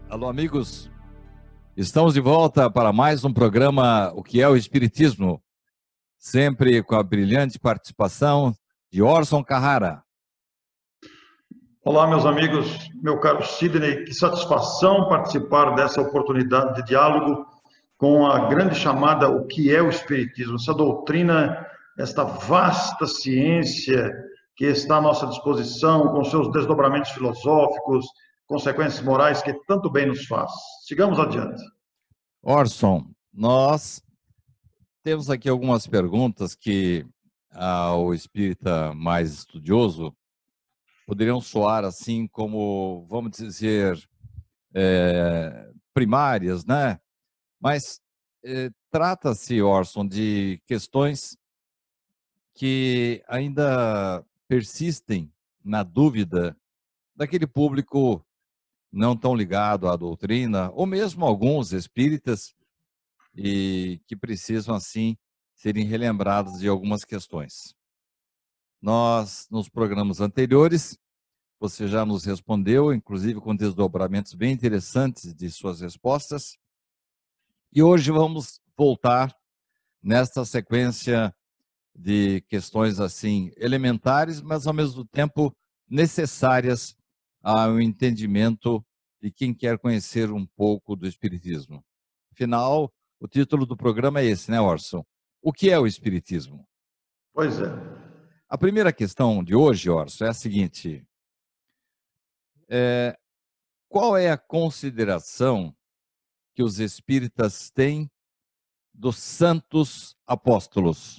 Alô, amigos. Estamos de volta para mais um programa O que é o Espiritismo, sempre com a brilhante participação de Orson Carrara. Olá, meus amigos, meu caro Sidney, que satisfação participar dessa oportunidade de diálogo com a grande chamada O que é o Espiritismo, essa doutrina, esta vasta ciência que está à nossa disposição, com seus desdobramentos filosóficos, consequências morais que tanto bem nos faz. Sigamos adiante. Orson, nós temos aqui algumas perguntas que ao espírita mais estudioso poderiam soar assim como, vamos dizer, primárias, né? Mas trata-se, Orson, de questões que ainda persistem na dúvida daquele público não tão ligado à doutrina, ou mesmo alguns espíritas, e que precisam, assim, serem relembrados de algumas questões. Nós, nos programas anteriores, você já nos respondeu, inclusive com desdobramentos bem interessantes de suas respostas, e hoje vamos voltar nesta sequência de questões assim elementares, mas ao mesmo tempo necessárias ao entendimento de quem quer conhecer um pouco do Espiritismo. Afinal, o título do programa é esse, né, Orson? O que é o Espiritismo? Pois é. A primeira questão de hoje, Orson, é a seguinte: qual é a consideração que os espíritas têm dos santos apóstolos?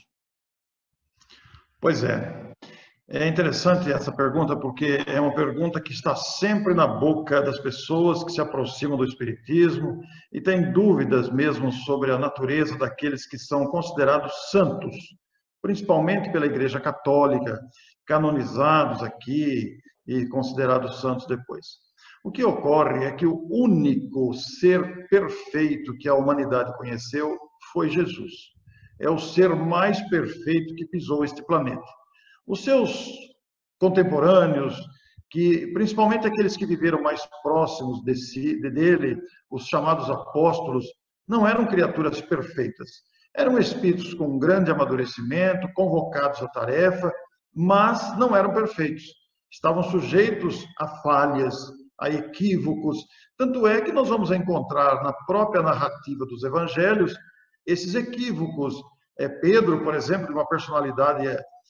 Pois é. É interessante essa pergunta, porque é uma pergunta que está sempre na boca das pessoas que se aproximam do Espiritismo e têm dúvidas mesmo sobre a natureza daqueles que são considerados santos, principalmente pela Igreja Católica, canonizados aqui e considerados santos depois. O que ocorre é que o único ser perfeito que a humanidade conheceu foi Jesus. É o ser mais perfeito que pisou este planeta. Os seus contemporâneos, que principalmente aqueles que viveram mais próximos dele, os chamados apóstolos, não eram criaturas perfeitas. Eram espíritos com grande amadurecimento, convocados à tarefa, mas não eram perfeitos. Estavam sujeitos a falhas, a equívocos. Tanto é que nós vamos encontrar na própria narrativa dos evangelhos esses equívocos. Pedro, por exemplo, de uma personalidade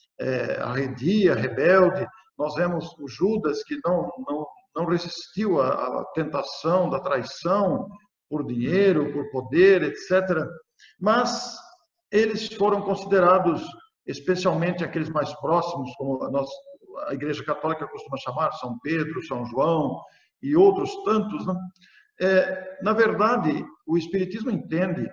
arredia, rebelde. Nós vemos o Judas que não resistiu à tentação da traição por dinheiro, por poder, etc. Mas eles foram considerados, especialmente aqueles mais próximos, como a Igreja Católica costuma chamar, São Pedro, São João e outros tantos, né? Na verdade, o Espiritismo entende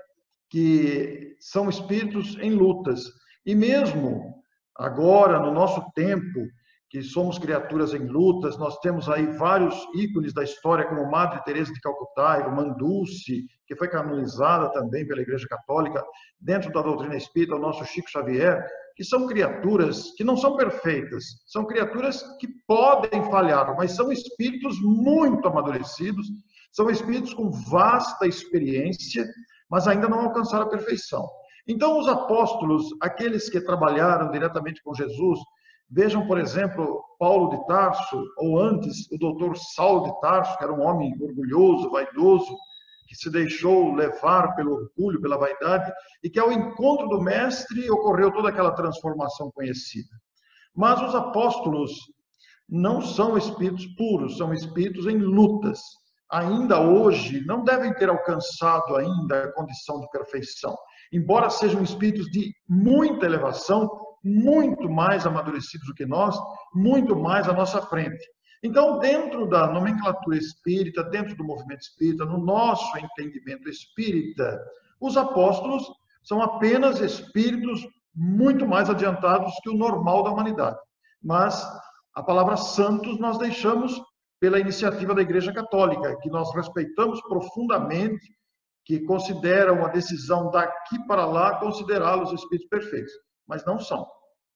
que são espíritos em lutas. E mesmo agora, no nosso tempo, que somos criaturas em lutas, nós temos aí vários ícones da história, como Madre Teresa de Calcutá, Irmã Dulce, que foi canonizada também pela Igreja Católica, dentro da doutrina espírita, o nosso Chico Xavier, que são criaturas que não são perfeitas, são criaturas que podem falhar, mas são espíritos muito amadurecidos, são espíritos com vasta experiência, mas ainda não alcançaram a perfeição. Então, os apóstolos, aqueles que trabalharam diretamente com Jesus, vejam, por exemplo, Paulo de Tarso, ou antes, o doutor Saulo de Tarso, que era um homem orgulhoso, vaidoso, que se deixou levar pelo orgulho, pela vaidade, e que ao encontro do mestre ocorreu toda aquela transformação conhecida. Mas os apóstolos não são espíritos puros, são espíritos em lutas. Ainda hoje não devem ter alcançado ainda a condição de perfeição, embora sejam espíritos de muita elevação, muito mais amadurecidos do que nós, muito mais à nossa frente. Então, dentro da nomenclatura espírita, dentro do movimento espírita, no nosso entendimento espírita, os apóstolos são apenas espíritos muito mais adiantados que o normal da humanidade. Mas a palavra santos nós deixamos pela iniciativa da Igreja Católica, que nós respeitamos profundamente, que considera uma decisão daqui para lá considerá-los espíritos perfeitos, mas não são.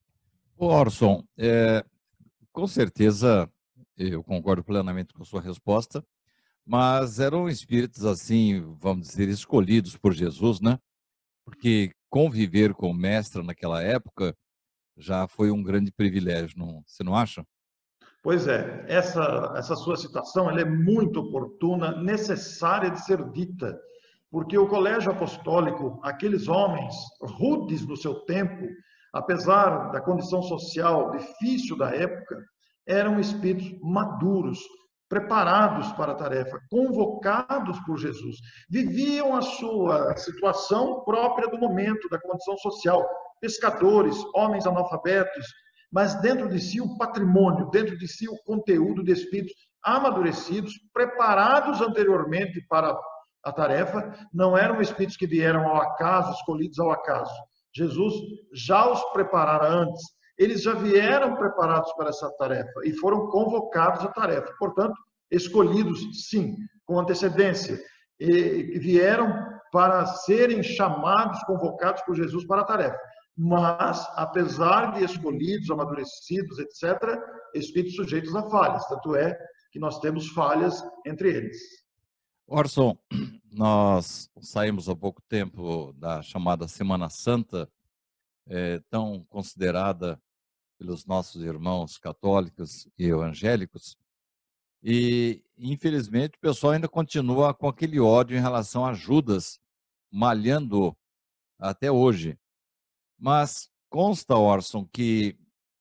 Orson, com certeza eu concordo plenamente com a sua resposta, mas eram espíritos assim, vamos dizer, escolhidos por Jesus, né? Porque conviver com o mestre naquela época já foi um grande privilégio, não, você não acha? Pois é, essa sua citação ela é muito oportuna, necessária de ser dita, porque o colégio apostólico, aqueles homens rudes no seu tempo, apesar da condição social difícil da época, eram espíritos maduros, preparados para a tarefa, convocados por Jesus, viviam a sua situação própria do momento, da condição social, pescadores, homens analfabetos, mas dentro de si o patrimônio, dentro de si o conteúdo de espíritos amadurecidos, preparados anteriormente para a tarefa, não eram espíritos que vieram ao acaso, escolhidos ao acaso. Jesus já os preparara antes, eles já vieram preparados para essa tarefa e foram convocados à tarefa, portanto, escolhidos, sim, com antecedência, e vieram para serem chamados, convocados por Jesus para a tarefa. Mas, apesar de escolhidos, amadurecidos, etc., espíritos sujeitos a falhas. Tanto é que nós temos falhas entre eles. Orson, nós saímos há pouco tempo da chamada Semana Santa, tão considerada pelos nossos irmãos católicos e evangélicos, e infelizmente o pessoal ainda continua com aquele ódio em relação a Judas, malhando até hoje. Mas consta, Orson, que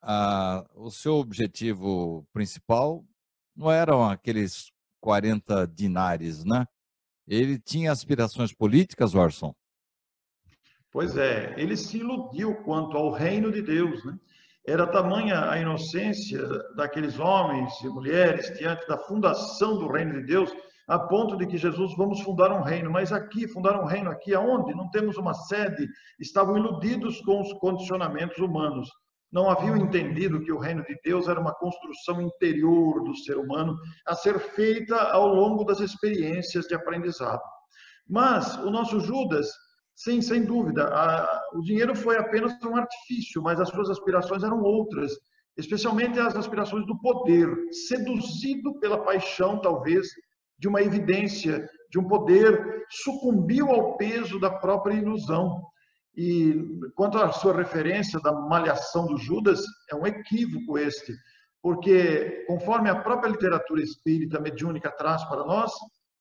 o seu objetivo principal não eram aqueles 40 dinares, né? Ele tinha aspirações políticas, Orson? Pois é, ele se iludiu quanto ao reino de Deus, né? Era tamanha a inocência daqueles homens e mulheres diante da fundação do reino de Deus, a ponto de que Jesus, vamos fundar um reino, mas aqui, fundar um reino aqui, aonde? Não temos uma sede. Estavam iludidos com os condicionamentos humanos. Não haviam entendido que o reino de Deus era uma construção interior do ser humano a ser feita ao longo das experiências de aprendizado. Mas o nosso Judas, sim, sem dúvida, o dinheiro foi apenas um artifício, mas as suas aspirações eram outras, especialmente as aspirações do poder, seduzido pela paixão, talvez, de uma evidência, de um poder, sucumbiu ao peso da própria ilusão. E quanto à sua referência da malhação do Judas, é um equívoco este, porque, conforme a própria literatura espírita mediúnica traz para nós,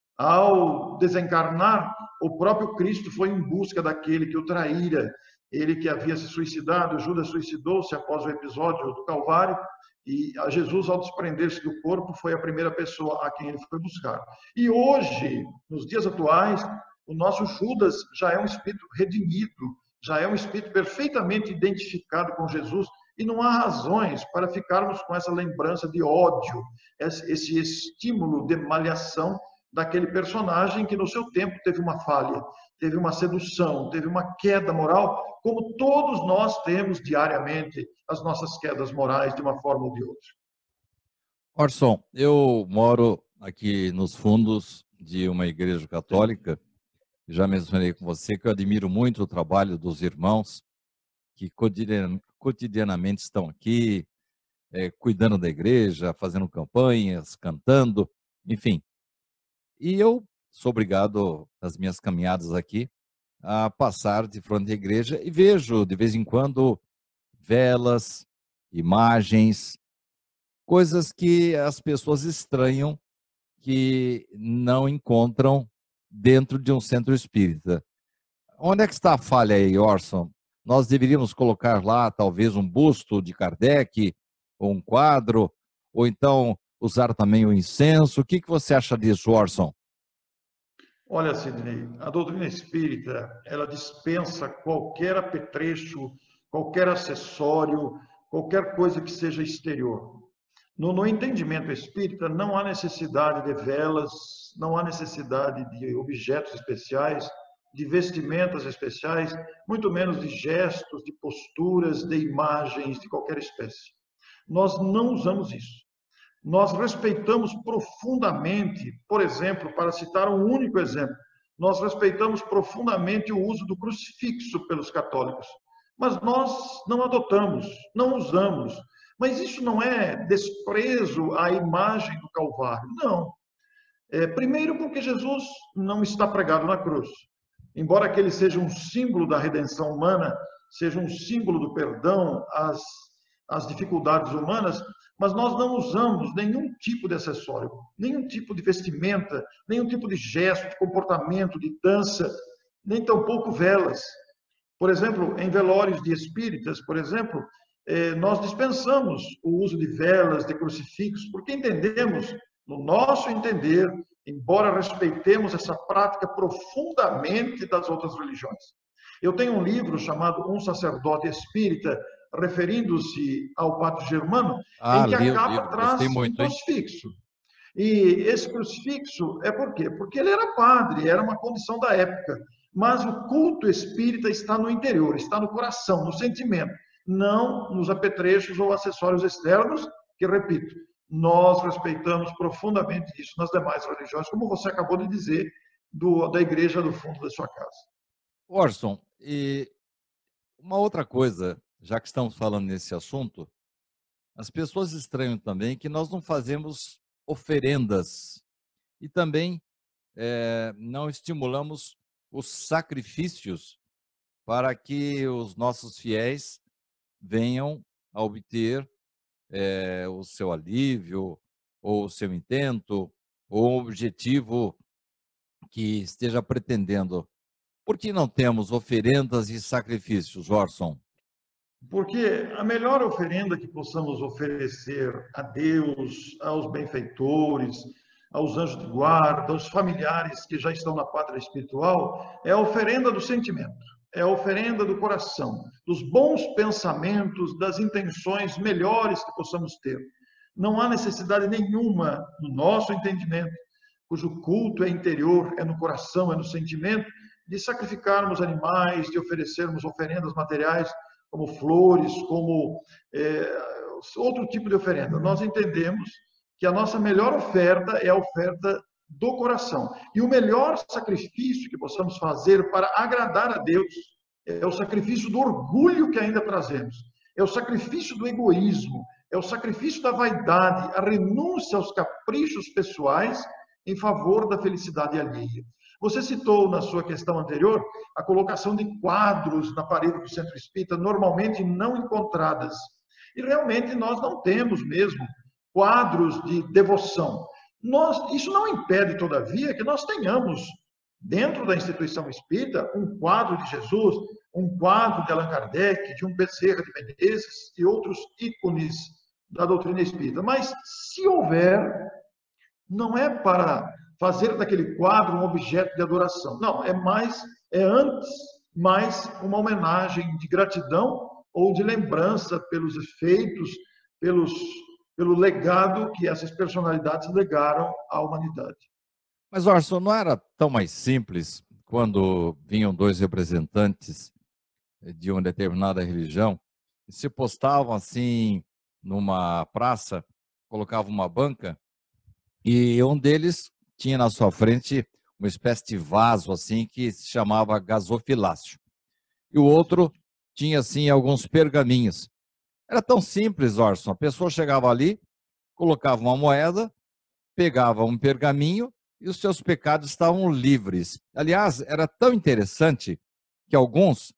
ao desencarnar, o próprio Cristo foi em busca daquele que o traíra, ele que havia se suicidado. Judas suicidou-se após o episódio do Calvário, e a Jesus, ao desprender-se do corpo, foi a primeira pessoa a quem ele foi buscar. E hoje, nos dias atuais, o nosso Judas já é um espírito redimido, já é um espírito perfeitamente identificado com Jesus, e não há razões para ficarmos com essa lembrança de ódio, esse estímulo de malhação daquele personagem que no seu tempo teve uma falha, teve uma sedução, teve uma queda moral, como todos nós temos diariamente as nossas quedas morais de uma forma ou de outra. Orson, eu moro aqui nos fundos de uma igreja católica. Já mencionei com você que eu admiro muito o trabalho dos irmãos que cotidianamente estão aqui, cuidando da igreja, fazendo campanhas, cantando, enfim. E eu sou obrigado, nas minhas caminhadas aqui, a passar de frente à igreja e vejo, de vez em quando, velas, imagens, coisas que as pessoas estranham, que não encontram dentro de um centro espírita. Onde é que está a falha aí, Orson? Nós deveríamos colocar lá, talvez, um busto de Kardec, ou um quadro, ou então usar também o incenso. O que você acha disso, Orson? Olha, Sidney, a doutrina espírita, ela dispensa qualquer apetrecho, qualquer acessório, qualquer coisa que seja exterior. No entendimento espírita, não há necessidade de velas, não há necessidade de objetos especiais, de vestimentas especiais, muito menos de gestos, de posturas, de imagens de qualquer espécie. Nós não usamos isso. Nós respeitamos profundamente, por exemplo, para citar um único exemplo, nós respeitamos profundamente o uso do crucifixo pelos católicos, mas nós não adotamos, não usamos. Mas isso não é desprezo à imagem do Calvário, não. Primeiro, porque Jesus não está pregado na cruz. Embora aquele seja um símbolo da redenção humana, seja um símbolo do perdão às dificuldades humanas, mas nós não usamos nenhum tipo de acessório, nenhum tipo de vestimenta, nenhum tipo de gesto, de comportamento, de dança, nem tampouco velas. Por exemplo, em velórios de espíritas, por exemplo, nós dispensamos o uso de velas, de crucifixos, porque entendemos, no nosso entender, embora respeitemos essa prática profundamente das outras religiões. Eu tenho um livro chamado Um Sacerdote Espírita, referindo-se ao Padre Germano, Ah, em que li a o capa livro, gostei traz um muito, hein? crucifixo. E esse crucifixo é por quê? Porque ele era padre, era uma condição da época. Mas o culto espírita está no interior, está no coração, no sentimento, não nos apetrechos ou acessórios externos, que, repito, nós respeitamos profundamente isso nas demais religiões, como você acabou de dizer, da igreja do fundo da sua casa. Orson, e uma outra coisa, já que estamos falando nesse assunto, as pessoas estranham também que nós não fazemos oferendas e também não estimulamos os sacrifícios para que os nossos fiéis venham a obter o seu alívio, ou o seu intento, ou o objetivo que esteja pretendendo. Por que não temos oferendas e sacrifícios, Orson? Porque a melhor oferenda que possamos oferecer a Deus, aos benfeitores, aos anjos de guarda, aos familiares que já estão na pátria espiritual, é a oferenda do sentimento, é a oferenda do coração, dos bons pensamentos, das intenções melhores que possamos ter. Não há necessidade nenhuma, no nosso entendimento, cujo culto é interior, é no coração, é no sentimento, de sacrificarmos animais, de oferecermos oferendas materiais, como flores, como outro tipo de oferenda. Nós entendemos que a nossa melhor oferta é a oferta do coração. E o melhor sacrifício que possamos fazer para agradar a Deus é o sacrifício do orgulho que ainda trazemos, é o sacrifício do egoísmo, é o sacrifício da vaidade, a renúncia aos caprichos pessoais em favor da felicidade alheia. Você citou na sua questão anterior a colocação de quadros na parede do centro espírita, normalmente não encontradas. E realmente nós não temos mesmo quadros de devoção. Isso não impede, todavia, que nós tenhamos, dentro da instituição espírita, um quadro de Jesus, um quadro de Allan Kardec, de um Bezerra de Menezes e outros ícones da doutrina espírita. Mas, se houver, não é para fazer daquele quadro um objeto de adoração. Não, é antes mais uma homenagem de gratidão ou de lembrança pelos efeitos, pelo legado que essas personalidades legaram à humanidade. Mas, Orson, não era tão mais simples quando vinham dois representantes de uma determinada religião e se postavam assim numa praça, colocavam uma banca e um deles tinha na sua frente uma espécie de vaso assim que se chamava gasofilácio. E o outro tinha assim alguns pergaminhos. Era tão simples, Orson. A pessoa chegava ali, colocava uma moeda, pegava um pergaminho e os seus pecados estavam livres. Aliás, era tão interessante que alguns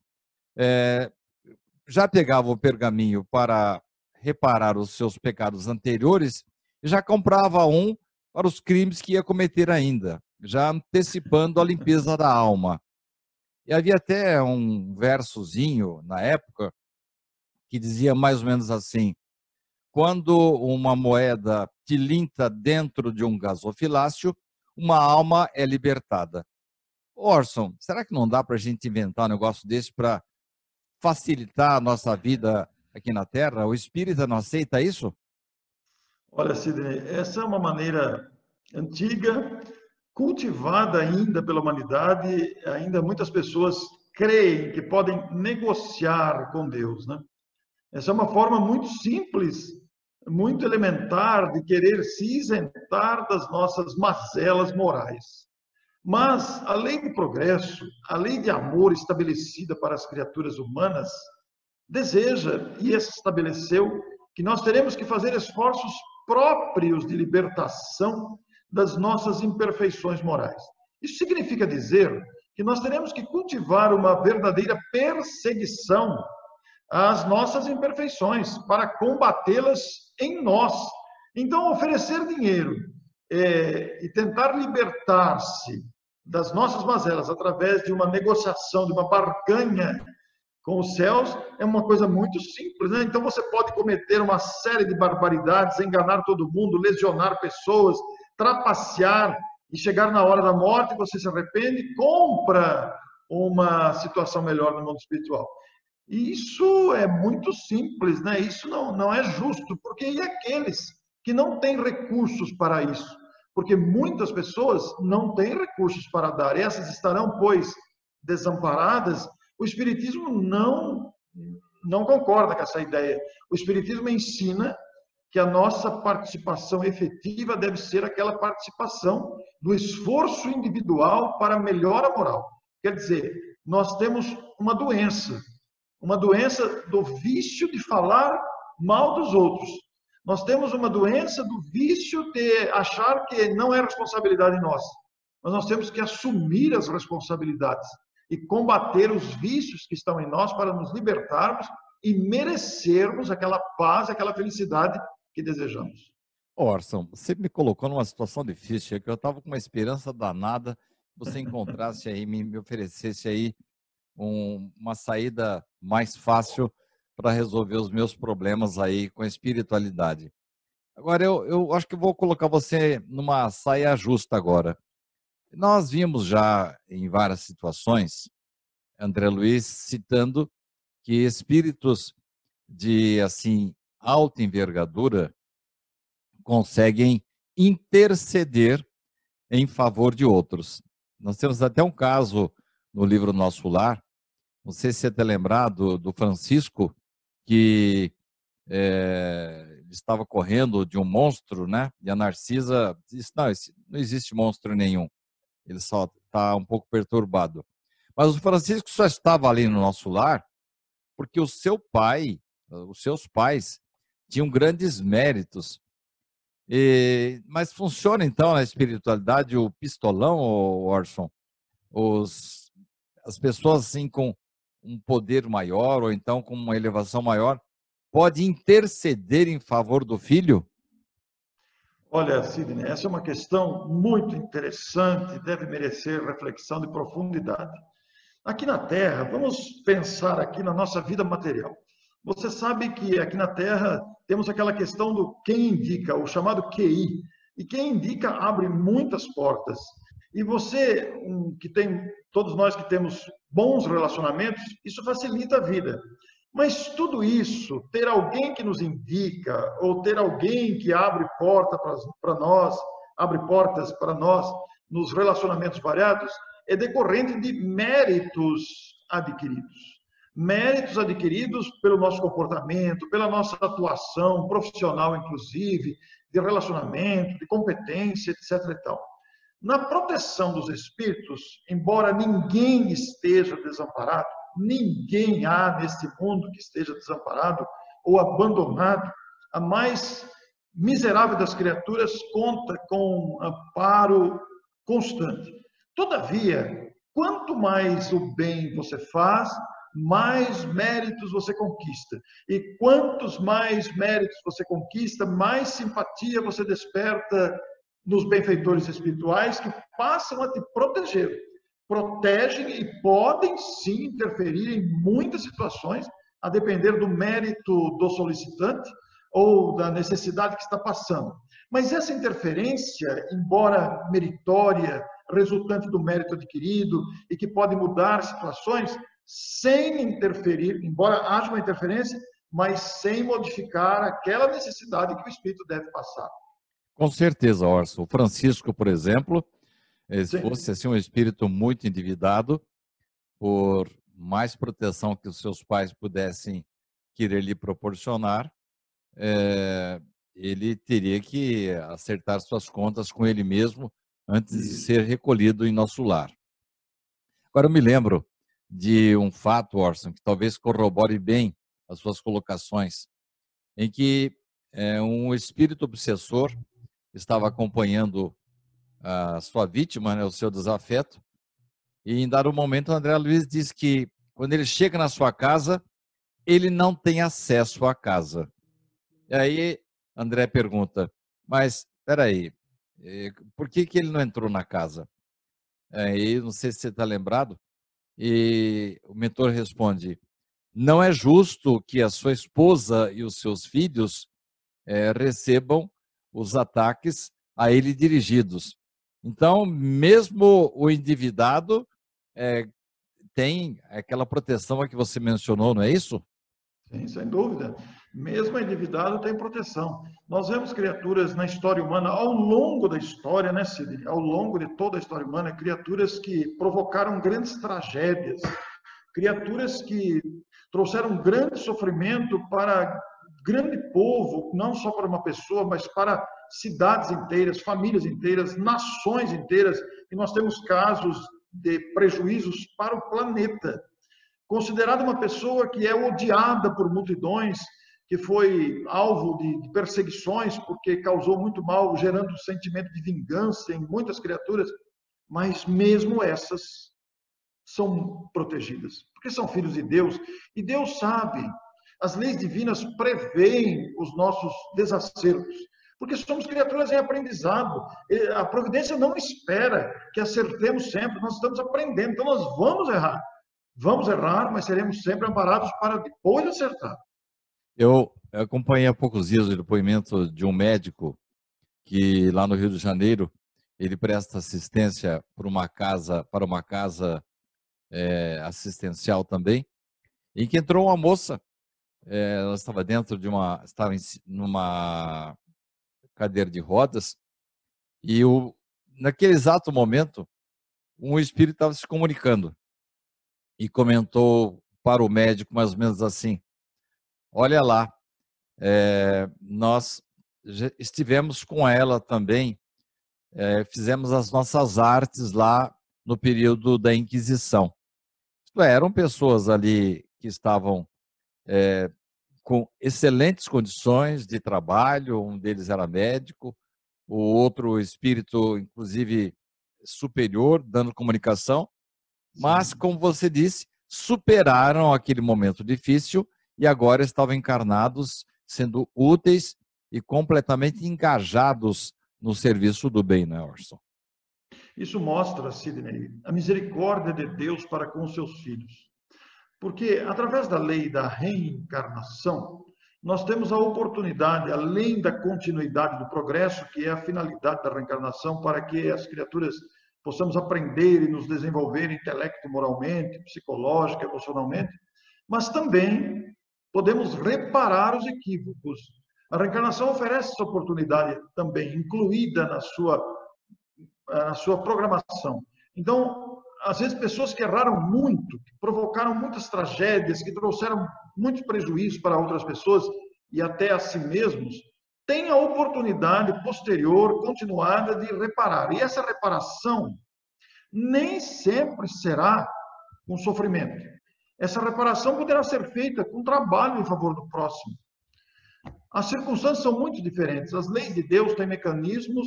já pegavam o pergaminho para reparar os seus pecados anteriores e já comprava um para os crimes que ia cometer ainda, já antecipando a limpeza da alma. E havia até um versozinho na época que dizia mais ou menos assim: quando uma moeda tilinta dentro de um gasofilácio, uma alma é libertada. Orson, será que não dá para a gente inventar um negócio desse para facilitar a nossa vida aqui na Terra? O espírita não aceita isso? Olha, Sidney, essa é uma maneira antiga, cultivada ainda pela humanidade, ainda muitas pessoas creem que podem negociar com Deus, né? Essa é uma forma muito simples, muito elementar de querer se isentar das nossas mazelas morais. Mas a lei do progresso, a lei de amor estabelecida para as criaturas humanas, deseja e estabeleceu que nós teremos que fazer esforços próprios de libertação das nossas imperfeições morais. Isso significa dizer que nós teremos que cultivar uma verdadeira perseguição às nossas imperfeições para combatê-las em nós. Então, oferecer dinheiro e tentar libertar-se das nossas mazelas através de uma negociação, de uma barganha com os céus, é uma coisa muito simples, né? Então você pode cometer uma série de barbaridades, enganar todo mundo, lesionar pessoas, trapacear e chegar na hora da morte, você se arrepende e compra uma situação melhor no mundo espiritual. E isso é muito simples, né? Isso não é justo, porque e aqueles que não têm recursos para isso? Porque muitas pessoas não têm recursos para dar, essas estarão, pois, desamparadas. O Espiritismo não concorda com essa ideia. O Espiritismo ensina que a nossa participação efetiva deve ser aquela participação do esforço individual para a melhora moral. Quer dizer, nós temos uma doença do vício de falar mal dos outros. Nós temos uma doença do vício de achar que não é responsabilidade nossa. Mas nós temos que assumir as responsabilidades e combater os vícios que estão em nós para nos libertarmos e merecermos aquela paz, aquela felicidade que desejamos. Orson, você me colocou numa situação difícil, que eu estava com uma esperança danada que você encontrasse aí, me oferecesse aí uma saída mais fácil para resolver os meus problemas aí com a espiritualidade. Agora, eu acho que vou colocar você numa saia justa agora. Nós vimos já em várias situações, André Luiz citando que espíritos de, assim, alta envergadura conseguem interceder em favor de outros. Nós temos até um caso no livro Nosso Lar, não sei se você está lembrado do Francisco, que estava correndo de um monstro, né? E a Narcisa disse, não existe monstro nenhum, ele só está um pouco perturbado. Mas o Francisco só estava ali no Nosso Lar porque o seu pai, os seus pais, tinham grandes méritos. Mas funciona então na espiritualidade o pistolão, Orson? As pessoas assim com um poder maior ou então com uma elevação maior pode interceder em favor do filho? Olha, Sidney, essa é uma questão muito interessante, deve merecer reflexão de profundidade. Aqui na Terra, vamos pensar aqui na nossa vida material. Você sabe que aqui na Terra temos aquela questão do quem indica, o chamado QI. E quem indica abre muitas portas. E você, todos nós que temos bons relacionamentos, isso facilita a vida. Mas tudo isso, ter alguém que nos indica, ou ter alguém que abre portas para nós nos relacionamentos variados, é decorrente de méritos adquiridos. Méritos adquiridos pelo nosso comportamento, pela nossa atuação profissional, inclusive, de relacionamento, de competência, etc. e tal. Na proteção dos espíritos, embora ninguém esteja desamparado, ninguém há neste mundo que esteja desamparado ou abandonado, a mais miserável das criaturas conta com um amparo constante. Todavia, quanto mais o bem você faz, mais méritos você conquista. E quantos mais méritos você conquista, mais simpatia você desperta nos benfeitores espirituais que passam a te proteger. Protegem e podem sim interferir em muitas situações, a depender do mérito do solicitante ou da necessidade que está passando. Mas essa interferência, embora meritória, resultante do mérito adquirido e que pode mudar situações, sem interferir, embora haja uma interferência, mas sem modificar aquela necessidade que o espírito deve passar. Com certeza, Orson. O Francisco, por exemplo, se Sim. fosse assim, um espírito muito endividado, por mais proteção que os seus pais pudessem querer lhe proporcionar, ele teria que acertar suas contas com ele mesmo antes de ser recolhido em Nosso Lar. Agora, eu me lembro de um fato, Orson, que talvez corrobore bem as suas colocações, em que um espírito obsessor estava acompanhando a sua vítima, né, o seu desafeto. E em dado momento, o André Luiz diz que quando ele chega na sua casa, ele não tem acesso à casa. E aí, André pergunta, mas espera aí, por que ele não entrou na casa? E não sei se você está lembrado, e o mentor responde, não é justo que a sua esposa e os seus filhos recebam os ataques a ele dirigidos. Então, mesmo o endividado tem aquela proteção a que você mencionou, não é isso? Sim, sem dúvida. Mesmo endividado tem proteção. Nós vemos criaturas na história humana, ao longo da história, né, Cid? Ao longo de toda a história humana, criaturas que provocaram grandes tragédias, criaturas que trouxeram grande sofrimento para grande povo, não só para uma pessoa, mas para cidades inteiras, famílias inteiras, nações inteiras. E nós temos casos de prejuízos para o planeta. Considerada uma pessoa que é odiada por multidões, que foi alvo de perseguições porque causou muito mal, gerando um sentimento de vingança em muitas criaturas, mas mesmo essas são protegidas, porque são filhos de Deus, e Deus sabe, as leis divinas preveem os nossos desacertos, porque somos criaturas em aprendizado, a providência não espera que acertemos sempre, nós estamos aprendendo, então nós vamos errar, mas seremos sempre amparados para depois acertar. Eu acompanhei há poucos dias o depoimento de um médico que lá no Rio de Janeiro ele presta assistência para uma casa assistencial também, em que entrou uma moça, ela estava numa cadeira de rodas e naquele exato momento um espírito estava se comunicando e comentou para o médico mais ou menos assim: olha lá, nós estivemos com ela também, fizemos as nossas artes lá no período da Inquisição. Isto é, eram pessoas ali que estavam com excelentes condições de trabalho, um deles era médico, o outro espírito, inclusive, superior, dando comunicação, mas, como você disse, superaram aquele momento difícil e agora estavam encarnados, sendo úteis e completamente engajados no serviço do bem, né, Orson? Isso mostra, Sidney, a misericórdia de Deus para com os seus filhos. Porque, através da lei da reencarnação, nós temos a oportunidade, além da continuidade do progresso, que é a finalidade da reencarnação, para que as criaturas possamos aprender e nos desenvolver intelecto, moralmente, psicológica, emocionalmente, mas também podemos reparar os equívocos. A reencarnação oferece essa oportunidade também, incluída na sua programação. Então, às vezes, pessoas que erraram muito, que provocaram muitas tragédias, que trouxeram muitos prejuízos para outras pessoas e até a si mesmos, têm a oportunidade posterior, continuada, de reparar. E essa reparação nem sempre será com sofrimento. Essa reparação poderá ser feita com trabalho em favor do próximo. As circunstâncias são muito diferentes. As leis de Deus têm mecanismos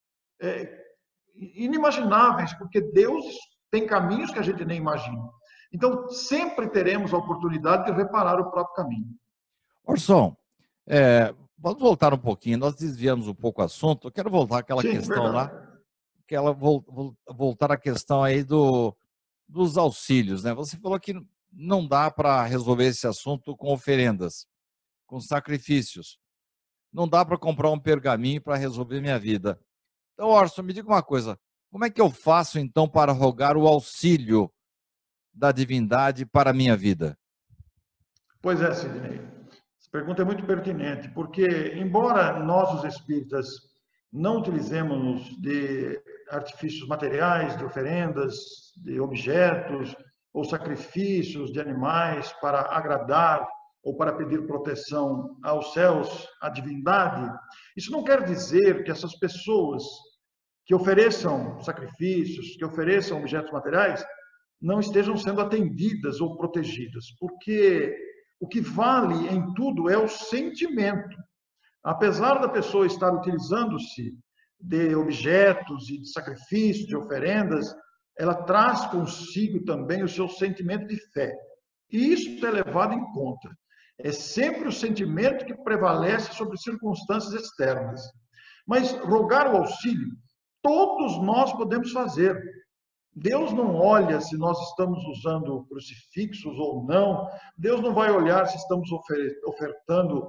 inimagináveis, porque Deus tem caminhos que a gente nem imagina. Então, sempre teremos a oportunidade de reparar o próprio caminho. Orson, vamos voltar um pouquinho, nós desviamos um pouco o assunto, eu quero voltar àquela questão verdade. lá, voltar à questão aí dos auxílios, né? Você falou que não dá para resolver esse assunto com oferendas, com sacrifícios. Não dá para comprar um pergaminho para resolver minha vida. Então, Orson, me diga uma coisa, como é que eu faço então para rogar o auxílio da divindade para a minha vida? Pois é, Sidney. Essa pergunta é muito pertinente, porque, embora nós, os espíritas, não utilizemos de artifícios materiais, de oferendas, de objetos ou sacrifícios de animais para agradar ou para pedir proteção aos céus, à divindade, isso não quer dizer que essas pessoas que ofereçam sacrifícios, que ofereçam objetos materiais, não estejam sendo atendidas ou protegidas, porque o que vale em tudo é o sentimento. Apesar da pessoa estar utilizando-se de objetos e de sacrifícios, de oferendas, ela traz consigo também o seu sentimento de fé. E isso é levado em conta. É sempre o sentimento que prevalece sobre circunstâncias externas. Mas rogar o auxílio, todos nós podemos fazer. Deus não olha se nós estamos usando crucifixos ou não. Deus não vai olhar se estamos ofertando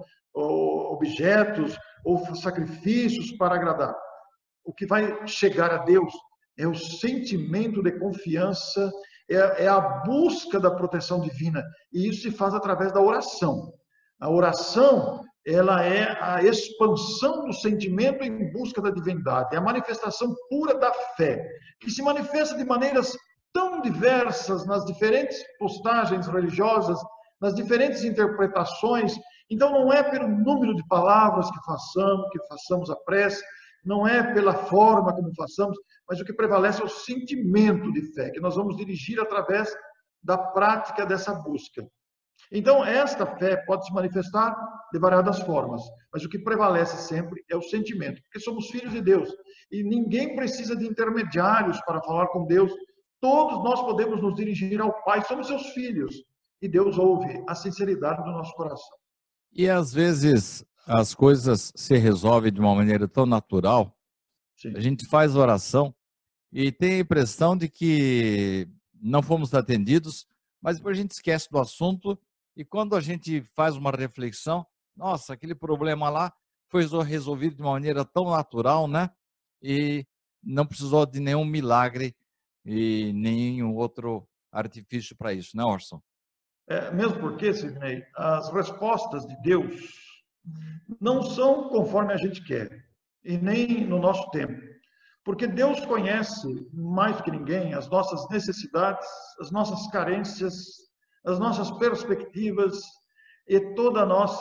objetos ou sacrifícios para agradar. O que vai chegar a Deus é o sentimento de confiança, é a busca da proteção divina. E isso se faz através da oração. A oração, ela é a expansão do sentimento em busca da divindade, é a manifestação pura da fé, que se manifesta de maneiras tão diversas nas diferentes postagens religiosas, nas diferentes interpretações. Então, não é pelo número de palavras que façamos a prece, não é pela forma como façamos, mas o que prevalece é o sentimento de fé, que nós vamos dirigir através da prática dessa busca. Então, esta fé pode se manifestar de variadas formas, mas o que prevalece sempre é o sentimento, porque somos filhos de Deus e ninguém precisa de intermediários para falar com Deus. Todos nós podemos nos dirigir ao Pai, somos seus filhos e Deus ouve a sinceridade do nosso coração. E às vezes as coisas se resolvem de uma maneira tão natural, Sim. a gente faz oração e tem a impressão de que não fomos atendidos, mas depois a gente esquece do assunto e quando a gente faz uma reflexão, nossa, aquele problema lá foi resolvido de uma maneira tão natural, né? E não precisou de nenhum milagre e nenhum outro artifício para isso, né, Orson? Mesmo porque, Sidney, as respostas de Deus não são conforme a gente quer, e nem no nosso tempo. Porque Deus conhece mais do que ninguém as nossas necessidades, as nossas carências, as nossas perspectivas e todo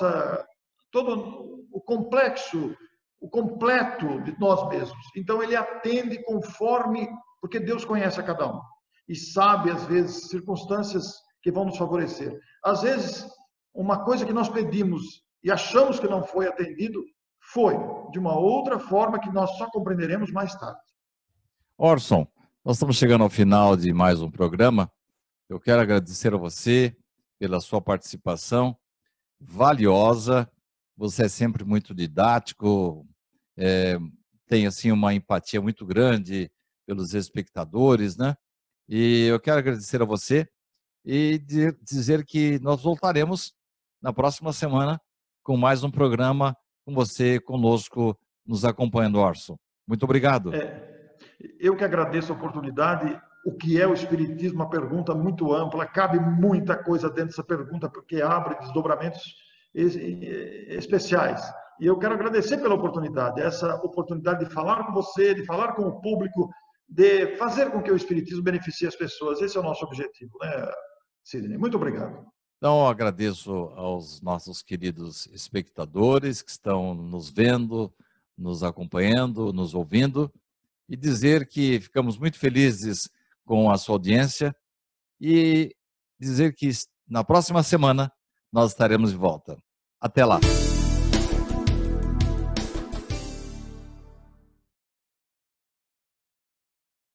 o complexo, o completo de nós mesmos. Então ele atende conforme, porque Deus conhece a cada um e sabe às vezes circunstâncias que vão nos favorecer. Às vezes uma coisa que nós pedimos e achamos que não foi atendido foi de uma outra forma que nós só compreenderemos mais tarde. Orson, nós estamos chegando ao final de mais um programa. Eu quero agradecer a você pela sua participação valiosa. Você é sempre muito didático, tem assim uma empatia muito grande pelos espectadores, né? E eu quero agradecer a você e dizer que nós voltaremos na próxima semana com mais um programa com você conosco nos acompanhando, Orson. Muito obrigado. Eu que agradeço a oportunidade. O que é o Espiritismo? Uma pergunta muito ampla, cabe muita coisa dentro dessa pergunta, porque abre desdobramentos especiais. E eu quero agradecer pela oportunidade, essa oportunidade de falar com você, de falar com o público, de fazer com que o Espiritismo beneficie as pessoas. Esse é o nosso objetivo, né, Sidney? Muito obrigado. Então, eu agradeço aos nossos queridos espectadores que estão nos vendo, nos acompanhando, nos ouvindo, e dizer que ficamos muito felizes com a sua audiência e dizer que na próxima semana nós estaremos de volta. Até lá!